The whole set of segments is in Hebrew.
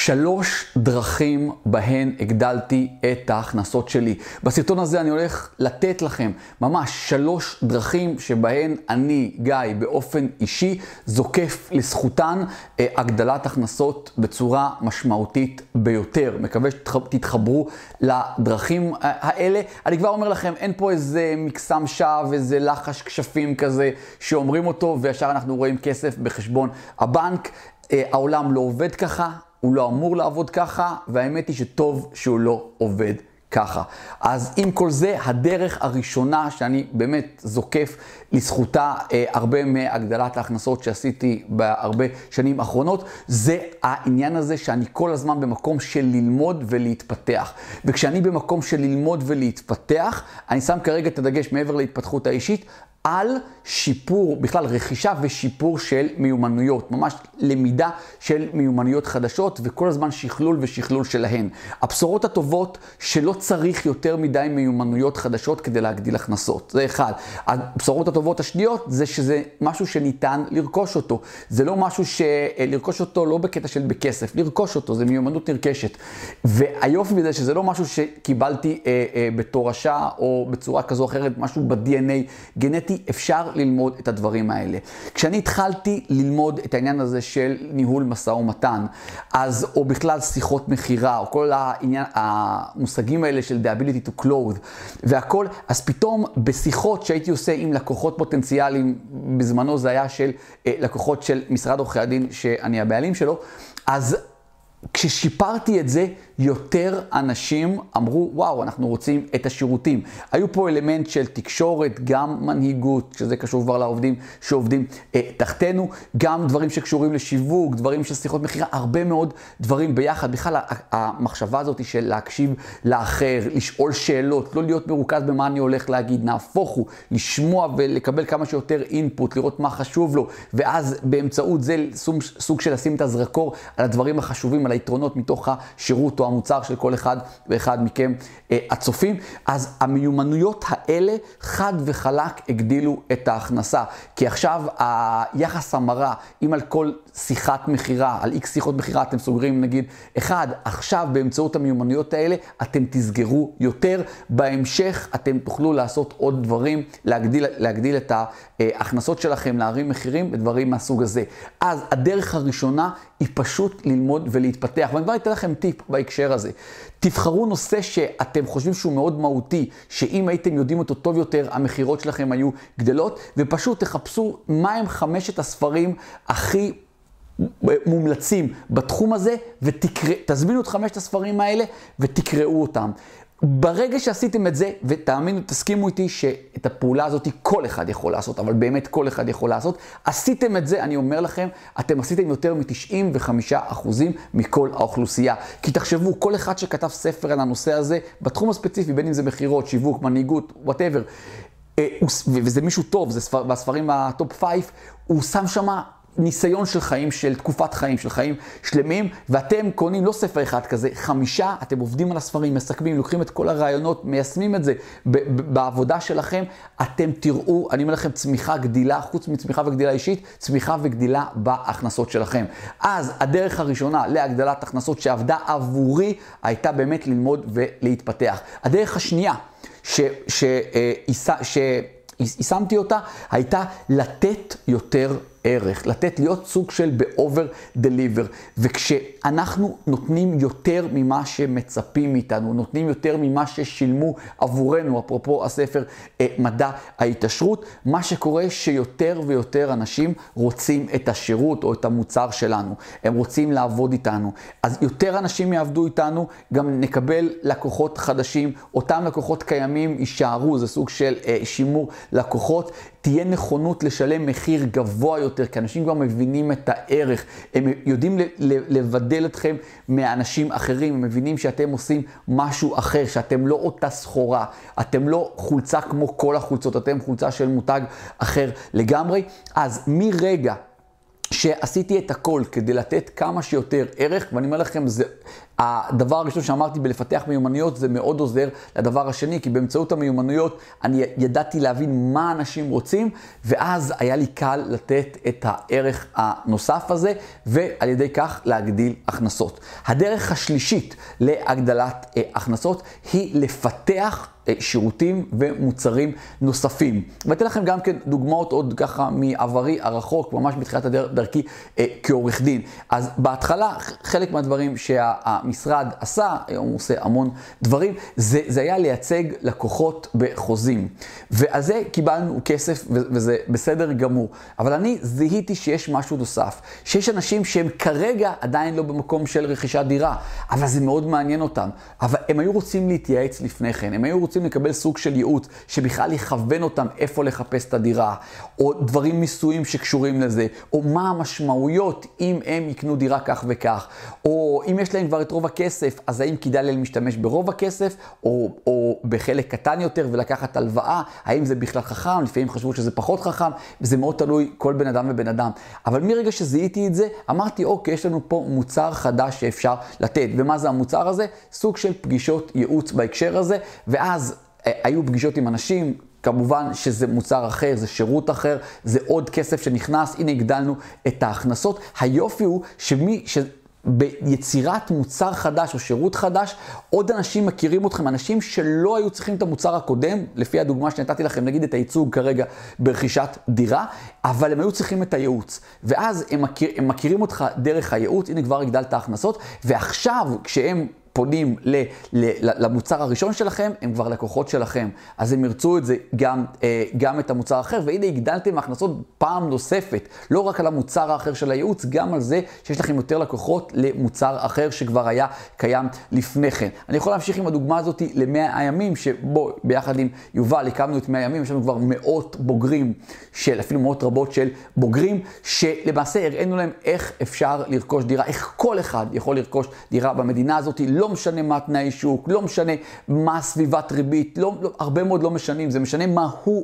3 דרכים בהן הגדלתי את ההכנסות שלי. בסרטון הזה אני הולך לתת לכם ממש 3 דרכים שבהן אני, גיא, באופן אישי, זוקף לזכותן הגדלת הכנסות בצורה משמעותית ביותר. מקווה שתתחברו לדרכים האלה. אני כבר אומר לכם, אין פה איזה מקסם שווא, איזה לחש כשפים כזה שאומרים אותו, וישר אנחנו רואים כסף בחשבון הבנק. העולם לא עובד ככה. הוא לא אמור לעבוד ככה, והאמת היא שטוב שהוא לא עובד ככה. אז עם כל זה, הדרך הראשונה שאני באמת זוקף לזכותה הרבה מהגדלת ההכנסות שעשיתי בהרבה שנים האחרונות, זה העניין הזה שאני כל הזמן במקום של ללמוד ולהתפתח. וכשאני במקום של ללמוד ולהתפתח, אני שם כרגע את הדגש מעבר להתפתחות האישית, על שיפור, בכלל רכישה ושיפור של מיומנויות, ממש למידה של מיומנויות חדשות וכל הזמן שכלול ושכלול שלהן. הבשורות הטובות שלא צריך יותר מדי מיומנויות חדשות כדי להגדיל הכנסות, זה אחד. הבשורות הטובות השניות זה שזה משהו שניתן לרכוש אותו. זה לא משהו שלרכוש אותו לא בקטע של בכסף, לרכוש אותו, זה מיומנות נרכשת. והיופי בזה שזה לא משהו שקיבלתי בתורשה או בצורה כזו או אחרת, משהו ב-DNA גנטי, אפשר ללמוד את הדברים האלה. כשאני התחלתי ללמוד את העניין הזה של ניהול משא ומתן, אז, או בכלל שיחות מחירה, או כל העניין, המושגים האלה של the ability to close, והכל, אז פתאום בשיחות שהייתי עושה עם לקוחות פוטנציאליים, בזמנו זה היה של לקוחות של משרד עורכי הדין, שאני הבעלים שלו, אז כששיפרתי את זה, יותר אנשים אמרו, וואו, אנחנו רוצים את השירותים. היו פה אלמנט של תקשורת, גם מנהיגות, שזה קשור כבר לעובדים שעובדים תחתנו, גם דברים שקשורים לשיווק, דברים של שיחות מחירה, הרבה מאוד דברים ביחד. בכלל, המחשבה הזאת של להקשיב לאחר, לשאול שאלות, לא להיות מרוכז במה אני הולך להגיד, נהפוך הוא, לשמוע ולקבל כמה שיותר אינפוט, לראות מה חשוב לו, ואז באמצעות זה סוג של לשים את הזרקור על הדברים החשובים, על היתרונות מתוך השירות או המוצר של כל אחד ואחד מכם הצופים. אז המיומנויות האלה חד וחלק הגדילו את ההכנסה. כי עכשיו היחס המרה, אם על כל שיחת מחירה, על X שיחות מחירה, אתם סוגרים נגיד אחד, עכשיו באמצעות המיומנויות האלה אתם תסגרו יותר. בהמשך אתם תוכלו לעשות עוד דברים, להגדיל את ההכנסות שלכם, להרים מחירים ודברים מהסוג הזה. אז הדרך הראשונה היא פשוט ללמוד ולהתפתח. ואני כבר אתן לכם טיפ בהקשר הזה. תבחרו נושא שאתם חושבים שהוא מאוד מהותי, שאם הייתם יודעים אותו טוב יותר, המחירות שלכם היו גדלות, ופשוט תחפשו מהם 5 הספרים הכי מומלצים בתחום הזה, ותזמינו את 5 הספרים האלה ותקראו אותם. ברגע שעשיתם את זה, ותאמינו, תסכימו איתי שאת הפעולה הזאת כל אחד יכול לעשות, אבל באמת כל אחד יכול לעשות, עשיתם את זה, אני אומר לכם, אתם עשיתם יותר מ-95% מכל האוכלוסייה. כי תחשבו, כל אחד שכתב ספר על הנושא הזה, בתחום הספציפי, בין אם זה מחירות, שיווק, מנהיגות, whatever, וזה מישהו טוב, זה בספרים הטופ 5, הוא שם שמה ניסיון של חיים, של תקופת חיים, של חיים שלמים, ואתם קונים לא ספר אחד כזה, 5, אתם עובדים על הספרים, מסכמים, לוקחים את כל הרעיונות, מיישמים את זה בעבודה שלכם, אתם תראו, אני אומר לכם, צמיחה גדילה, חוץ מצמיחה וגדילה אישית, צמיחה וגדילה בהכנסות שלכם. אז הדרך הראשונה להגדלת הכנסות שעבדה עבורי, הייתה באמת ללמוד ולהתפתח. הדרך השנייה יישמתי אותה, הייתה לתת יותר ערך, להיות סוג של ב-over deliver. וכשאנחנו נותנים יותר ממה שמצפים מאיתנו, נותנים יותר ממה ששילמו עבורנו, אפרופו הספר מדע ההתעשרות, מה שקורה שיותר ויותר אנשים רוצים את השירות או את המוצר שלנו. הם רוצים לעבוד איתנו. אז יותר אנשים יעבדו איתנו, גם נקבל לקוחות חדשים, אותם לקוחות קיימים יישארו, זה סוג של שימור לקוחות. תהיה נכונות לשלם מחיר גבוה יותר, כי אנשים כבר מבינים את הערך, הם יודעים לבדל אתכם מאנשים אחרים, הם מבינים שאתם עושים משהו אחר, שאתם לא אותה סחורה, אתם לא חולצה כמו כל החולצות, אתם חולצה של מותג אחר לגמרי. אז מרגע שעשיתי את הכל כדי לתת כמה שיותר ערך, ואני אומר לכם, הדבר הראשון שאמרתי בלפתח מיומנויות זה מאוד עוזר לדבר השני, כי באמצעות המיומנויות אני ידעתי להבין מה אנשים רוצים, ואז היה לי קל לתת את הערך הנוסף הזה, ועל ידי כך להגדיל הכנסות. הדרך השלישית להגדלת הכנסות היא לפתח שירותים ומוצרים נוספים. ואתן לכם גם כן דוגמאות עוד ככה מעברי הרחוק, ממש בתחילת דרכי כעורך דין. אז בהתחלה חלק מהדברים שהמשרד עשה, היום הוא עושה המון דברים, זה היה לייצג לקוחות בחוזים. ועל זה קיבלנו כסף וזה בסדר גמור. אבל אני זיהיתי שיש משהו נוסף, שיש אנשים שהם כרגע עדיין לא במקום של רכישת דירה, אבל זה מאוד מעניין אותם. אבל הם היו רוצים להתייעץ לפני כן, הם היו רוצים לקבל סוג של ייעוץ שבכלל יכוון אותם איפה לחפש את הדירה, או דברים מיסויים שקשורים לזה, או מה המשמעויות אם הם יקנו דירה כך וכך, או אם יש להם כבר את רוב הכסף, אז האם כדאי להם להשתמש ברוב הכסף, או בחלק קטן יותר ולקחת הלוואה, האם זה בכלל חכם, לפעמים חשבו שזה פחות חכם, וזה מאוד תלוי כל בן אדם ובן אדם. אבל מרגע שזיהיתי את זה, אמרתי, אוקיי, יש לנו פה מוצר חדש שאפשר לתת. ומה זה המוצר הזה? סוג של פגישות ייעוץ בהקשר הזה, ואז היו פגישות עם אנשים, כמובן שזה מוצר אחר, זה שירות אחר, זה עוד כסף שנכנס, הנה הגדלנו את ההכנסות. היופי הוא ביצירת מוצר חדש או שירות חדש, עוד אנשים מכירים אתכם, אנשים שלא היו צריכים את המוצר הקודם, לפי הדוגמה שנתתי לכם, נגיד את הייצוג כרגע ברכישת דירה, אבל הם היו צריכים את הייעוץ. ואז הם מכירים אותך דרך הייעוץ, הנה כבר הגדלת ההכנסות, ועכשיו כשהם פונים למוצר הראשון שלכם, הם כבר לקוחות שלכם. אז הם ירצו את זה גם את המוצר האחר, והנה הגדלתם ההכנסות פעם נוספת. לא רק על המוצר האחר של הייעוץ, גם על זה שיש לכם יותר לקוחות למוצר אחר שכבר היה קיים לפני כן. אני יכול להמשיך עם הדוגמה הזאת ל100 הימים, שבו ביחד עם יובל הקמנו את 100 ימים, יש לנו כבר מאות בוגרים, אפילו מאות רבות של בוגרים, שלמעשה הראינו להם איך אפשר לרכוש דירה, איך כל אחד יכול לרכוש דירה במדינה הזאת, לא משנה מה תנאי שוק, לא משנה מה סביבת ריבית, הרבה מאוד לא משנים, זה משנה מה הוא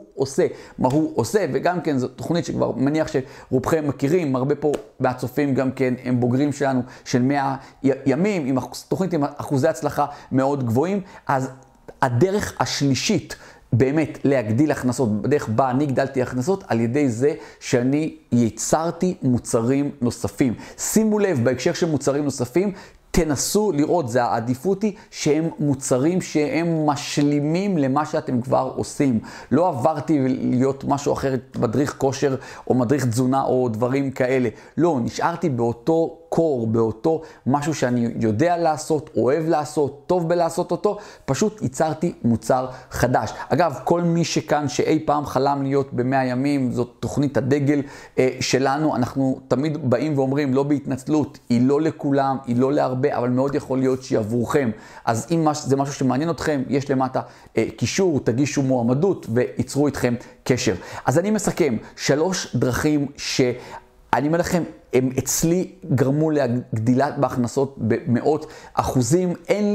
עושה, וגם כן זו תוכנית שכבר מניח שרובכם מכירים, הרבה פה מהצופים גם כן הם בוגרים שלנו של 100 ימים, עם תוכנית עם אחוזי הצלחה מאוד גבוהים. אז הדרך השלישית באמת להגדיל הכנסות, בדרך בה אני הגדלתי הכנסות, על ידי זה שאני ייצרתי מוצרים נוספים. שימו לב, בהקשר של מוצרים נוספים, תנסו לראות, זה העדיפות היא שהם מוצרים שהם משלימים למה שאתם כבר עושים. לא עברתי להיות משהו אחר, מדריך כושר או מדריך תזונה או דברים כאלה. לא, נשארתי באותו קור, באותו משהו שאני יודע לעשות, אוהב לעשות, טוב בלעשות אותו, פשוט ייצרתי מוצר חדש. אגב, כל מי שכאן שאי פעם חלם להיות ב100 ימים, זאת תוכנית הדגל שלנו, אנחנו תמיד באים ואומרים, לא בהתנצלות, היא לא לכולם, היא לא להרבה, אבל מאוד יכול להיות שהיא עבורכם. אז אם זה משהו שמעניין אתכם, יש למטה קישור, תגישו מועמדות ויצרו איתכם קשר. אז אני מסכם, 3 דרכים שאני אומר לכם, הם אצלי גרמו להגדילת בהכנסות במאות אחוזים. אין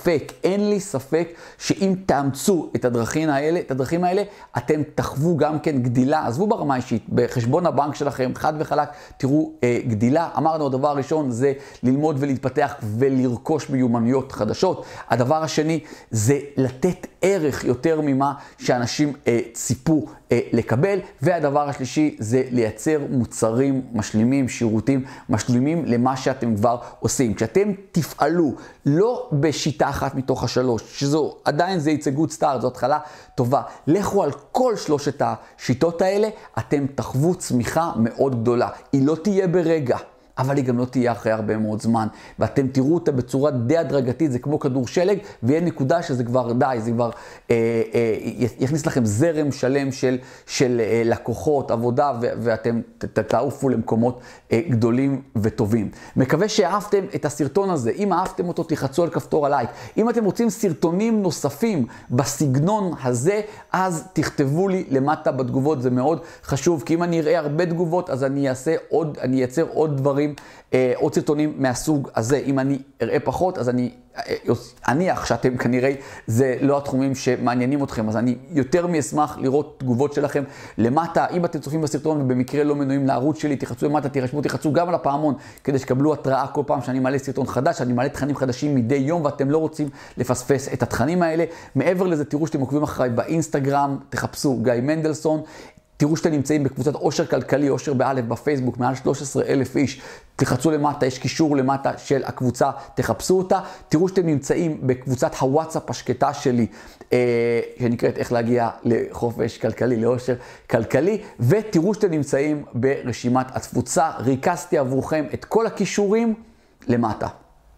לי ספק שאם תאמצו את הדרכים האלה, אתם תחוו גם כן גדילה. עזבו ברמה אישית, בחשבון הבנק שלכם, חד וחלק, תראו גדילה. אמרנו, הדבר הראשון זה ללמוד ולהתפתח ולרכוש מיומנויות חדשות. הדבר השני זה לתת ערך יותר ממה שאנשים ציפו לקבל. והדבר השלישי זה לייצר מוצרים משלימים, שירותים משלימים למה שאתם כבר עושים. כשאתם תפעלו לא בשיטה אחת מתוך 3, שזו עדיין זה ייצגות סטארט, זו התחלה טובה. לכו על כל 3 השיטות האלה, אתם תחוו צמיחה מאוד גדולה. היא לא תהיה ברגע, אבל היא גם לא תהיה אחרי הרבה מאוד זמן. ואתם תראו אותה בצורה די הדרגתית, זה כמו כדור שלג, ויהיה נקודה שזה כבר די, זה כבר יכניס לכם זרם שלם של לקוחות, עבודה, ואתם תעופו למקומות גדולים וטובים. מקווה שאהבתם את הסרטון הזה. אם אהבתם אותו, תחצו על כפתור הלייק. אם אתם רוצים סרטונים נוספים בסגנון הזה, אז תכתבו לי למטה בתגובות, זה מאוד חשוב, כי אם אני אראה הרבה תגובות, אז אני אייצר עוד דברים יכולים עוד סרטונים מהסוג הזה. אם אני אראה פחות, אז אני אניח שאתם כנראה זה לא התחומים שמעניינים אתכם, אז אני יותר מאשמח לראות תגובות שלכם למטה. אם אתם צופים בסרטון ובמקרה לא מנויים לערוץ שלי, תחצו למטה, תחצו גם על הפעמון, כדי שקבלו התראה כל פעם שאני מעלה סרטון חדש. אני מעלה תכנים חדשים מדי יום, ואתם לא רוצים לפספס את התכנים האלה. מעבר לזה, תראו שאתם עוקבים אחריי באינסטגרם, תחפשו גיא מנדלסון. תראו שאתם נמצאים בקבוצת עושר כלכלי, עושר באלף בפייסבוק, מעל 13,000 איש. תלחצו למטה, יש קישור למטה של הקבוצה, תחפשו אותה. תראו שאתם נמצאים בקבוצת הוואטסאפ השקטה שלי, שנקראת איך להגיע לחופש כלכלי, לעושר כלכלי. ותראו שאתם נמצאים ברשימת התפוצה. ריכזתי עבורכם את כל הקישורים למטה.